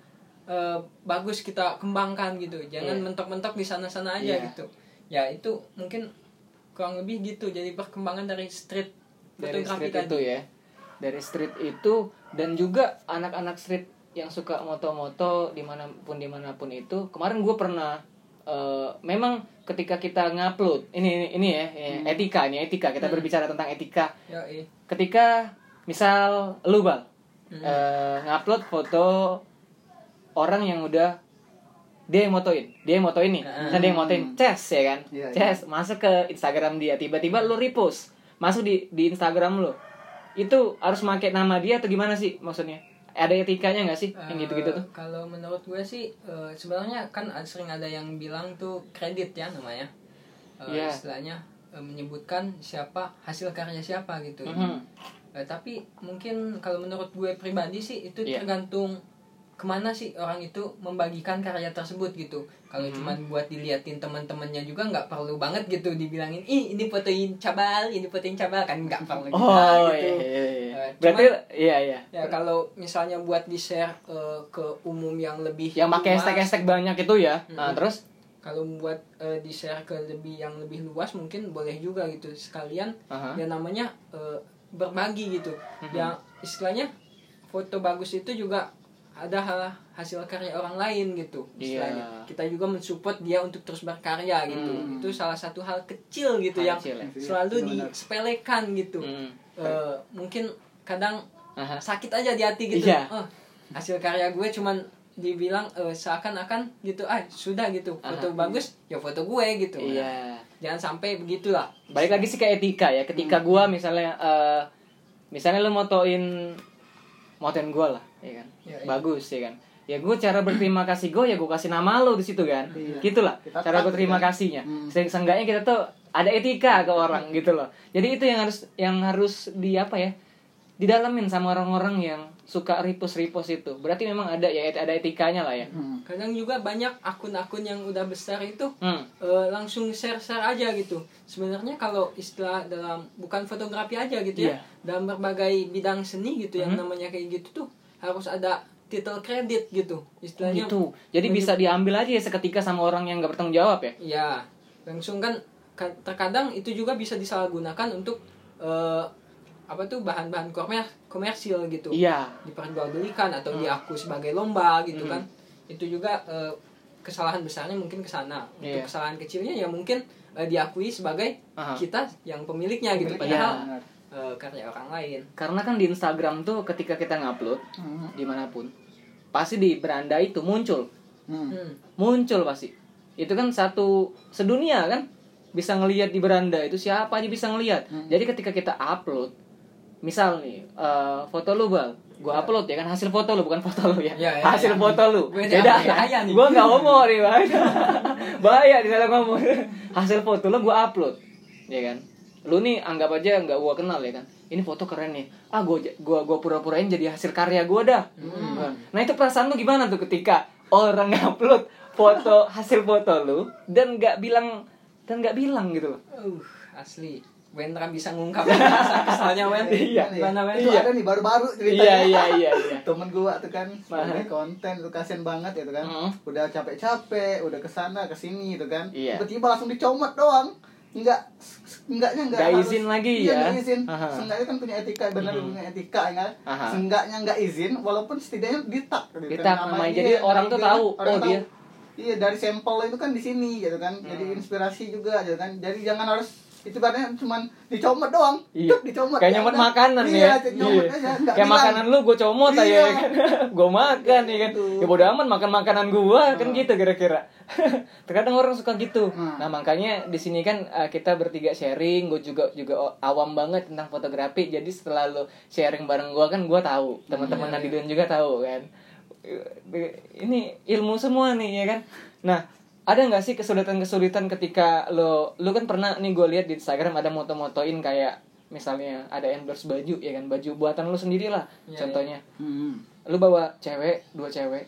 bagus kita kembangkan gitu. Jangan mentok-mentok di sana-sana aja gitu. Ya itu mungkin kurang lebih gitu. Jadi perkembangan dari street fotografi itu ya. Dari street itu, dan juga anak-anak street yang suka moto-moto dimanapun itu. Kemarin gue pernah memang ketika kita ngupload ini ya, etika kita berbicara tentang etika. Ketika misal lu Bal ngupload foto orang yang udah dia yang motoin nih, misalnya dia yang motoin Ces ya kan, Ces masuk ke Instagram dia, tiba-tiba lu repost masuk di Instagram lu, itu harus pakai nama dia atau gimana sih maksudnya? Ada etikanya nggak sih yang gitu-gitu tuh? Kalau menurut gue sih sebenarnya kan sering ada yang bilang tuh kredit ya namanya, istilahnya menyebutkan siapa hasil karya siapa gitu. Tapi mungkin kalau menurut gue pribadi sih itu tergantung kemana sih orang itu membagikan karya tersebut gitu. Kalau cuman buat diliatin teman-temannya juga nggak perlu banget gitu dibilangin ini fotoin cabal kan nggak perlu gitu. Berarti iya. Ya kalau misalnya buat di share ke umum yang lebih yang pakai hashtag banyak itu ya. Nah, terus kalau buat di share ke yang lebih luas mungkin boleh juga gitu sekalian. Ya namanya berbagi gitu. Yang istilahnya foto bagus itu juga ada hasil karya orang lain gitu istilahnya. Kita juga mensupport dia untuk terus berkarya gitu. Itu salah satu hal kecil gitu yang selalu disepelekan gitu. Mungkin kadang sakit aja di hati gitu. Hasil karya gue cuman dibilang seakan-akan gitu, sudah gitu, foto bagus ya foto gue gitu. Jangan sampai begitulah. Balik lagi sih ke etika ya. Ketika gue misalnya lu motoin gue lah, ya kan, bagus ya kan, ya gue cara berterima kasih gue ya gue kasih nama lo di situ kan, gitulah cara gue terima kasihnya. Seenggaknya kita tuh ada etika ke orang gitu loh. Jadi itu yang harus didalamin sama orang-orang yang suka repost itu. Berarti memang ada etikanya lah ya. Kadang juga banyak akun-akun yang udah besar itu langsung share aja gitu. Sebenarnya kalau istilah dalam bukan fotografi aja gitu ya, dalam berbagai bidang seni gitu yang namanya kayak gitu tuh harus ada title kredit gitu istilahnya. Gitu. Jadi bisa diambil aja ya seketika sama orang yang nggak bertanggung jawab ya. Iya, langsung kan terkadang itu juga bisa disalahgunakan untuk bahan-bahan komersil gitu. Diperjualbelikan atau diaku sebagai lomba gitu kan. Itu juga kesalahan besarnya mungkin ke sana. Untuk kesalahan kecilnya ya mungkin diakui sebagai kita yang pemiliknya gitu, padahal karya orang lain. Karena kan di Instagram tuh ketika kita ngupload dimanapun pasti di beranda itu muncul pasti. Itu kan satu sedunia kan bisa ngelihat di beranda itu, siapa aja bisa ngelihat. Jadi ketika kita upload misal nih foto lu Bal, gua upload ya kan, hasil foto lu bukan foto lu ya, hasil foto lu beda kan, gua nggak ngomong nih bahaya di dalam ngomong. Hasil foto lu gua upload ya kan, lu nih anggap aja nggak gua kenal ya kan, ini foto keren nih, gua pura-purain jadi hasil karya gua dah. Nah itu perasaan lu gimana tuh ketika orang ngupload foto hasil foto lu dan nggak bilang gitu loh. Asli Wendra bisa ngungkap rasa kesalnya Wen. Itu ada nih baru-baru ceritanya. Iya. Temen gua tuh kan konten tuh kasian banget ya tuh kan. Udah capek-capek, udah kesana kesini tuh kan. Tiba-tiba langsung dicomot doang. Enggak izin lagi ya. Enggak izin. Seenggaknya kan punya etika, benar punya etika ya kan. Seenggaknya enggak izin walaupun setidaknya di-tag namanya. Jadi orang tuh tahu dia. Iya, dari sampel itu kan di sini gitu kan. Jadi inspirasi juga gitu kan. Jadi jangan harus itu katanya cuman dicomot doang. Dicomot. Kayak nyomot makanan ya. Nyomot aja. Kayak makanan lu gue comot aja kan. Gue makan ya kan. Ya bodo amat makan makanan gue kan gitu kira-kira. Terkadang orang suka gitu. Nah, makanya di sini kan kita bertiga sharing, gue juga awam banget tentang fotografi. Jadi setelah lu sharing bareng gue kan gue tahu, teman-teman Nadilun juga tahu kan. Ini ilmu semua nih ya kan. Nah, ada nggak sih kesulitan ketika lo kan pernah nih gue lihat di Instagram ada moto-motoin kayak misalnya ada endorse baju ya kan, baju buatan lo sendiri lah contohnya. Lo bawa dua cewek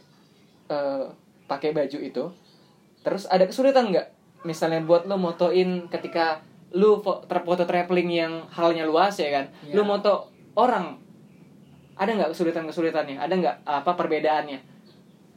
pakai baju itu, terus ada kesulitan nggak misalnya buat lo motoin ketika lo foto traveling yang halnya luas ya kan, lo moto orang, ada nggak kesulitannya, ada nggak perbedaannya?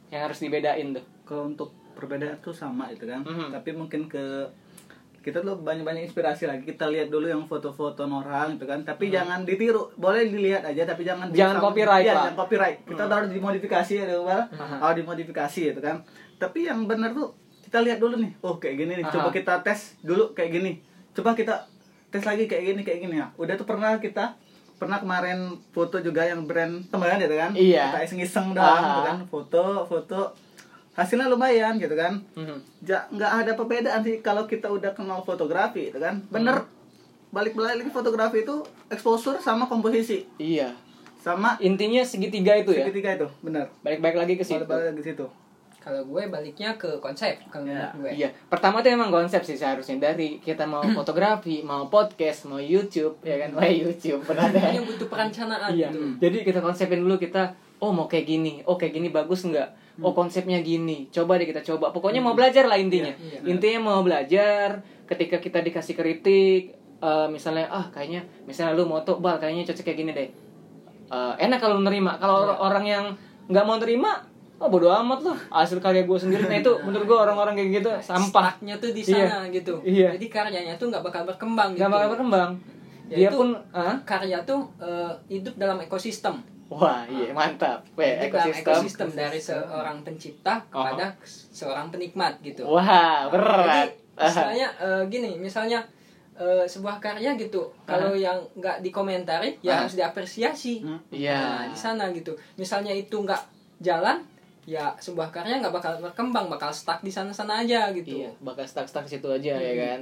yang harus dibedain tuh? Kalau untuk perbedaan tuh sama itu kan, tapi mungkin kita tuh banyak inspirasi lagi. Kita lihat dulu yang foto-foto orang itu kan, tapi jangan ditiru. Boleh dilihat aja tapi jangan copyright lah. Jangan copyright. Kita harus dimodifikasi ya, harus dimodifikasi itu kan. Tapi yang benar tuh kita lihat dulu nih. Oh, kayak gini nih. Coba kita tes dulu kayak gini. Coba kita tes lagi kayak gini ya. Udah tuh pernah kemarin foto juga yang brand teman gitu kan. Iya. Kita iseng-iseng doang gitu kan. Foto hasilnya lumayan gitu kan. Nggak ada perbedaan sih kalau kita udah kenal fotografi itu kan. Bener. Balik lagi fotografi itu exposure sama komposisi. Iya. Sama intinya segitiga itu ya. Segitiga itu, bener. Balik lagi ke situ. Balik lagi ke situ. Kalau gue baliknya ke konsep kalau menurut gue. Iya, pertama tuh emang konsep sih seharusnya, dari kita mau fotografi, mau podcast, mau YouTube, ya kan? YouTube pernah ada. Yang butuh perencanaan Iya. gitu. Jadi kita konsepin dulu, kita mau kayak gini, kayak gini bagus nggak? Konsepnya gini, coba deh kita coba. Pokoknya mau belajar lah intinya. Iya. Intinya mau belajar. Ketika kita dikasih kritik, misalnya kayaknya misalnya lu moto bal kayaknya cocok kayak gini deh. Enak kalau nerima. Kalau orang yang nggak mau terima, bodo amat lah, hasil karya gue sendiri. Nah itu menurut gue orang-orang kayak gitu sampah. Stucknya tuh di sana gitu. Iya. Jadi karyanya tuh nggak bakal berkembang gitu. Nggak bakal berkembang. Ya Dia itu, pun karya tuh hidup dalam ekosistem. wah iya mantap. Hidup dalam ekosistem dari seorang pencipta kepada seorang penikmat gitu. Wah berat. Jadi istilahnya gini, misalnya sebuah karya gitu, kalau yang nggak dikomentari ya harus diapresiasi. Iya. Nah, di sana gitu. Misalnya itu nggak jalan, ya sebuah karya nggak bakal berkembang, bakal stuck di sana-sana aja gitu. Iya, bakal stuck situ aja ya kan.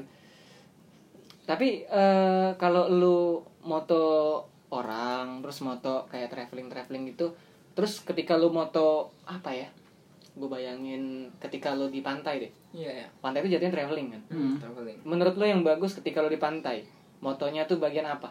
Tapi kalau lu moto orang, terus moto kayak traveling gitu, terus ketika lu moto apa ya? Gue bayangin ketika lu di pantai deh. Iya. Pantai itu jadinya traveling kan. Traveling. Menurut lu yang bagus ketika lu di pantai, motonya tuh bagian apa?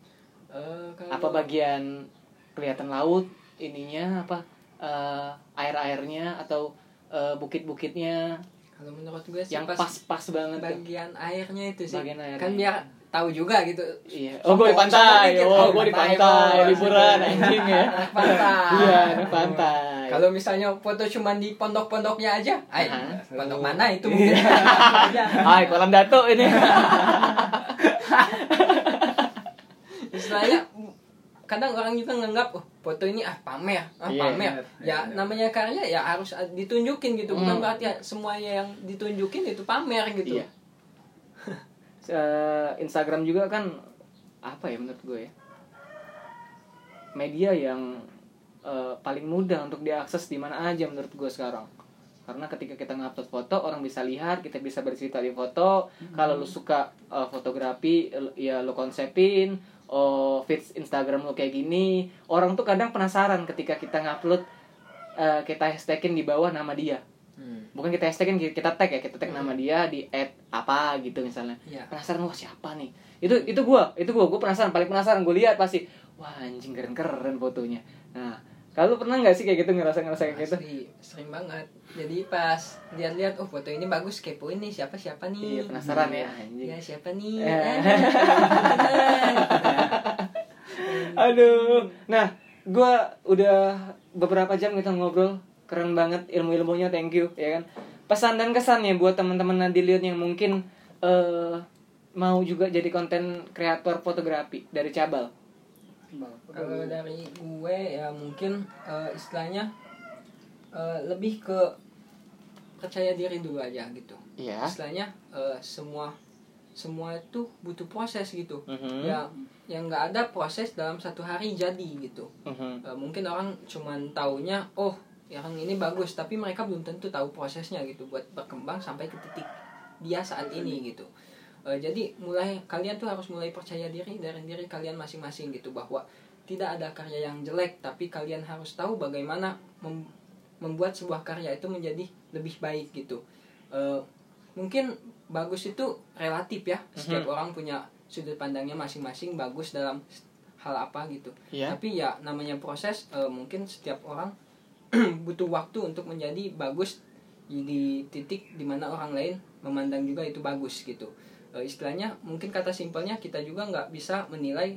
Apa bagian kelihatan laut, ininya apa? Air-airnya atau bukit-bukitnya? Kalau menurut gue sih yang pas banget bagian airnya itu sih. Bagian airnya. Kan biar tahu juga gitu. Iya. Gue di pantai. Gue di pantai, liburan anjing ya. Pantai. Iya, di pantai. Kalau misalnya foto cuman di pondok-pondoknya aja, pondok mana itu mungkin. Hai, kolam dato ini. Istilahnya kadang orang juga nganggap foto ini pamer, pamer. Ya namanya karya ya harus ditunjukin gitu. Bukan berarti semuanya yang ditunjukin itu pamer gitu. Iya. Instagram juga kan apa ya menurut gue ya, media yang paling mudah untuk diakses di mana aja menurut gue sekarang. Karena ketika kita ngupload foto, orang bisa lihat, kita bisa bercerita di foto. Kalau lu suka fotografi, ya lu konsepin. Feeds Instagram lo kayak gini. Orang tuh kadang penasaran ketika kita ngupload, kita hashtagin di bawah nama dia. Bukan kita hashtagin, kita tag ya, kita tag nama dia di @apa gitu misalnya. Penasaran, wah siapa nih? Itu gue penasaran, paling penasaran. Gue lihat pasti, wah anjing keren fotonya. Nah, kalau pernah nggak sih kayak gitu, ngerasa kayak gitu? Sering banget. Jadi pas lihat foto ini bagus, kepoin nih siapa nih. Iya, penasaran ya anjing. Ya siapa nih? Aduh. Nah, gue udah beberapa jam kita ngobrol, keren banget ilmu-ilmunya, thank you ya kan. Pesan dan kesannya buat teman-teman Nadilion yang mungkin mau juga jadi konten kreator fotografi dari Cabal. Kalau dari gue ya mungkin istilahnya lebih ke percaya diri dulu aja gitu. Iya. Istilahnya semua itu butuh proses gitu. Ya yang nggak ada proses dalam satu hari jadi gitu. Mungkin orang cuman taunya yang ini bagus, tapi mereka belum tentu tahu prosesnya gitu buat berkembang sampai ke titik dia saat ini gitu. Jadi kalian tuh harus mulai percaya diri dari diri kalian masing-masing gitu, bahwa tidak ada karya yang jelek, tapi kalian harus tahu bagaimana membuat sebuah karya itu menjadi lebih baik gitu. Mungkin bagus itu relatif ya, setiap orang punya sudut pandangnya masing-masing bagus dalam hal apa gitu. Tapi ya namanya proses, mungkin setiap orang butuh waktu untuk menjadi bagus di titik dimana orang lain memandang juga itu bagus gitu. Istilahnya mungkin kata simpelnya, kita juga nggak bisa menilai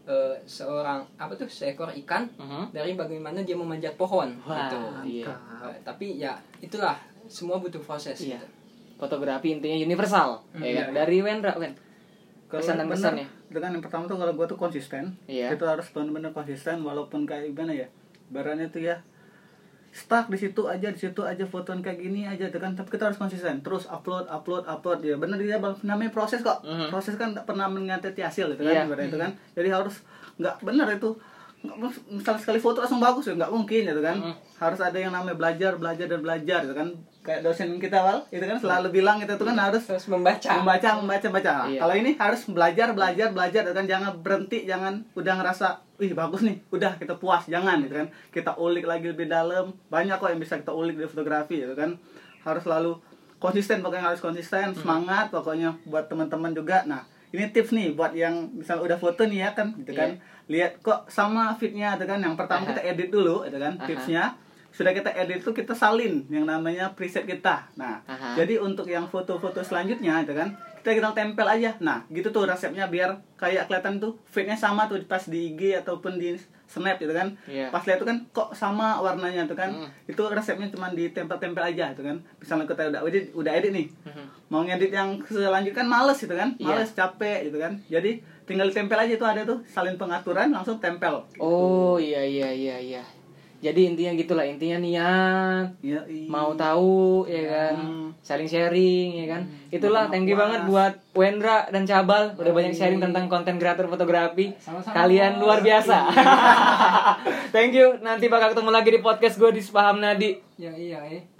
seekor ikan dari bagaimana dia memanjat pohon. Wah, gitu. iya. Tapi ya itulah, semua butuh proses. Iya. Gitu. Fotografi intinya universal, ya kan? Dari Wendra kan. Kesan dan pesannya. Dengan yang pertama tuh kalau gue tuh konsisten. Iya. Itu harus benar-benar konsisten walaupun kayak gimana ya. Barannya tuh ya stuck di situ aja fotoan kayak gini aja tuh kan, tapi kita harus konsisten terus upload ya. Benar dia namanya proses kok. Proses kan nggak pernah mengganti hasil gitu kan. Itu kan. Jadi harus nggak benar itu. Misalnya sekali foto langsung bagus ya nggak mungkin gitu kan. Harus ada yang namanya belajar gitu kan. Kayak dosen kita itu kan selalu bilang itu kan harus membaca. Iya. Kalau ini harus belajar gitu kan, jangan berhenti, jangan udah ngerasa bagus nih udah kita puas, jangan gitu kan. Kita ulik lagi lebih dalam, banyak kok yang bisa kita ulik di fotografi gitu kan. Harus selalu konsisten, pokoknya harus konsisten, semangat pokoknya buat teman-teman juga. Nah, ini tips nih buat yang misal udah foto nih ya kan gitu kan. Lihat kok sama fitnya gitu kan. Yang pertama kita edit dulu gitu kan. Tipsnya sudah kita edit tuh kita salin yang namanya preset kita. Nah, jadi untuk yang foto-foto selanjutnya gitu kan, kita tempel aja. Nah, gitu tuh resepnya biar kayak kelihatan tuh fitnya sama tuh pas di IG ataupun di Snap gitu kan. Pas lihat tuh kan kok sama warnanya tuh kan. Itu resepnya cuma ditempel-tempel aja gitu kan. Misalnya kita udah edit nih. Mau ngedit yang selanjutnya kan males gitu kan. Males, capek gitu kan. Jadi tinggal ditempel aja tuh, ada tuh salin pengaturan langsung tempel. Gitu. Oh, iya. Jadi intinya gitulah, intinya niat, mau tahu ya kan, saling sharing ya kan. Itulah, thank you banget buat Wendra dan Cabal udah banyak sharing tentang konten kreator fotografi. Sama-sama. Kalian luar biasa. Thank you. Nanti bakal ketemu lagi di podcast gue di Sepaham Nadi. Iya.